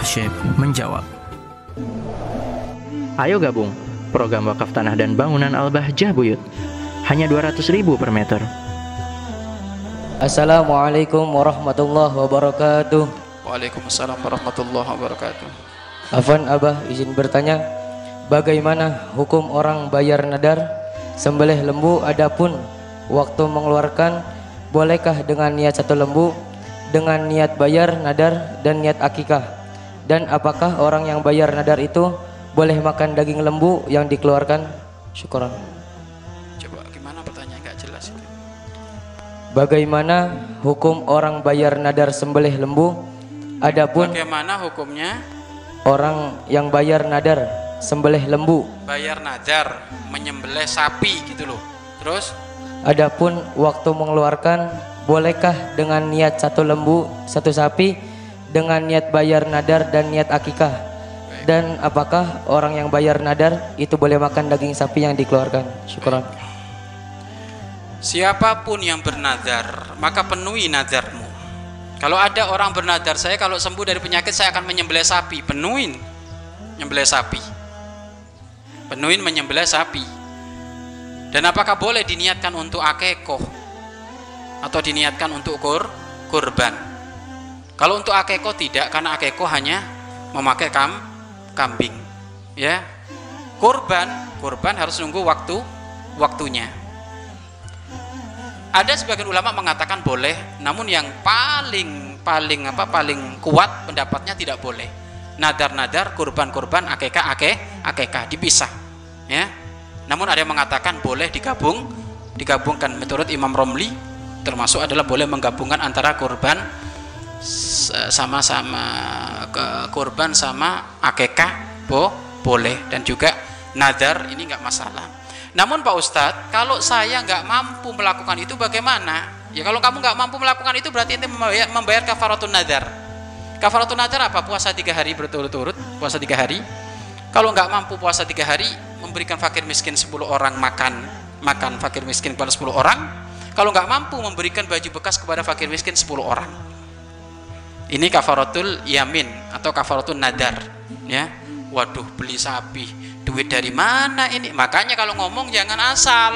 Syekh menjawab. Ayo gabung program wakaf tanah dan bangunan Al-Bahjah Buyut. Hanya 200.000 per meter. Assalamualaikum warahmatullahi wabarakatuh. Waalaikumsalam warahmatullahi wabarakatuh. Afwan Abah, izin bertanya, bagaimana hukum orang bayar nadar sembelih lembu, adapun waktu mengeluarkan bolehkah dengan niat satu lembu, dengan niat bayar nadar dan niat akikah? Dan apakah orang yang bayar nadar itu boleh makan daging lembu yang dikeluarkan? Syukran. Coba gimana pertanyaan, nggak jelas itu. Bagaimana hukum orang bayar nadar sembelih lembu, adapun Bagaimana hukumnya orang yang bayar nadar sembelih lembu, bayar nadar menyembelih sapi gitu loh. Terus adapun waktu mengeluarkan bolehkah dengan niat satu lembu satu sapi, dengan niat bayar nadar dan niat akikah? Dan apakah orang yang bayar nadar itu boleh makan daging sapi yang dikeluarkan? Syukran. siapapun yang bernadar maka penuhi nadarmu. Kalau ada orang bernadar, saya kalau sembuh dari penyakit saya akan menyembelih sapi, penuhin menyembelih sapi, penuhin menyembelih sapi. Dan apakah boleh diniatkan untuk akikoh atau diniatkan untuk kurban? Kalau untuk akikoh tidak, karena akikoh hanya memakai kambing. Ya, kurban harus nunggu waktunya. Ada sebagian ulama mengatakan boleh, namun yang paling kuat pendapatnya tidak boleh. Nadar kurban akikah dipisah. Ya. Namun ada yang mengatakan boleh digabungkan. Menurut Imam Romli termasuk adalah boleh menggabungkan antara kurban sama-sama kurban sama akikah boleh, dan juga nadar ini nggak masalah. Namun Pak Ustadz, kalau saya nggak mampu melakukan itu bagaimana? Ya kalau kamu nggak mampu melakukan itu berarti ente membayar kafaratun nadar. Kafaratun nadar apa? Puasa 3 hari berturut-turut, puasa 3 hari. Kalau nggak mampu puasa 3 hari, memberikan fakir miskin 10 orang makan fakir miskin kepada 10 orang. Kalau nggak mampu, memberikan baju bekas kepada fakir miskin 10 orang. Ini kafaratul yamin atau kafaratul nadar. Ya, waduh beli sapi, duit dari mana ini? Makanya kalau ngomong jangan asal,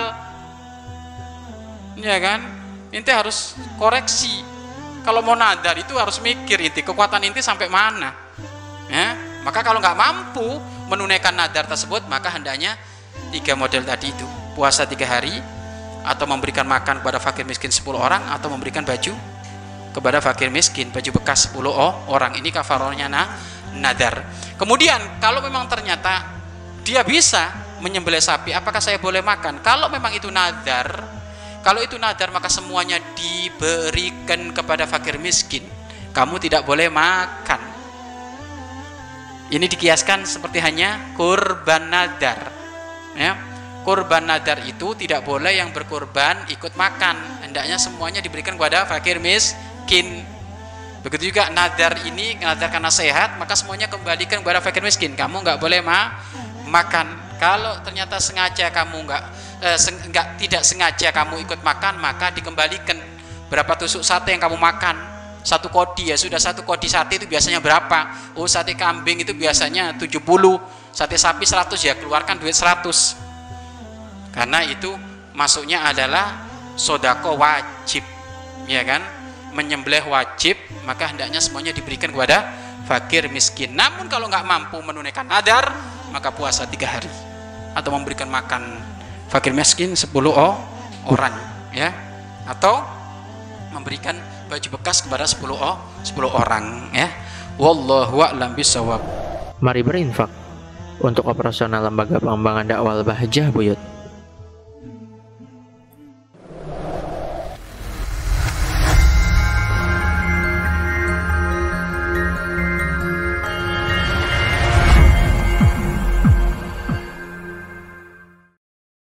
ya kan? Inti harus koreksi. Kalau mau nadar itu harus mikir inti kekuatan inti sampai mana. Ya, maka kalau nggak mampu menunaikan nadar tersebut, maka hendaknya 3 model tadi itu: puasa 3 hari, atau memberikan makan kepada fakir miskin 10 orang, atau memberikan baju kepada fakir miskin, baju bekas 10 orang. Ini kafarahnya nadar. Kemudian kalau memang ternyata dia bisa menyembelih sapi, apakah saya boleh makan? Kalau memang itu nadar, maka semuanya diberikan kepada fakir miskin. Kamu tidak boleh makan. Ini dikiaskan seperti hanya kurban nadar. Ya, kurban nadar itu tidak boleh yang berkurban ikut makan. Hendaknya semuanya diberikan kepada fakir miskin. Begitu juga nadar ini, nadar karena sehat, maka semuanya kembalikan kepada fakir miskin. Kamu nggak boleh makan. Kalau ternyata sengaja kamu tidak sengaja kamu ikut makan, maka dikembalikan. Berapa tusuk sate yang kamu makan? 1 kodi, ya sudah 1 kodi sate itu biasanya berapa? Oh, sate kambing itu biasanya 70, sate sapi 100, ya keluarkan duit 100. Karena itu masuknya adalah sodako wajib, ya kan? Menyembelih wajib, maka hendaknya semuanya diberikan kepada fakir miskin. Namun kalau nggak mampu menunaikan nadar, maka puasa 3 hari atau memberikan makan fakir miskin 10 orang, ya, atau memberikan baju bekas kepada 10 orang, ya. Wallahu a'lam bishawab. Mari berinfak untuk operasional lembaga pengembangan dakwah Al-Bahjah Buyut.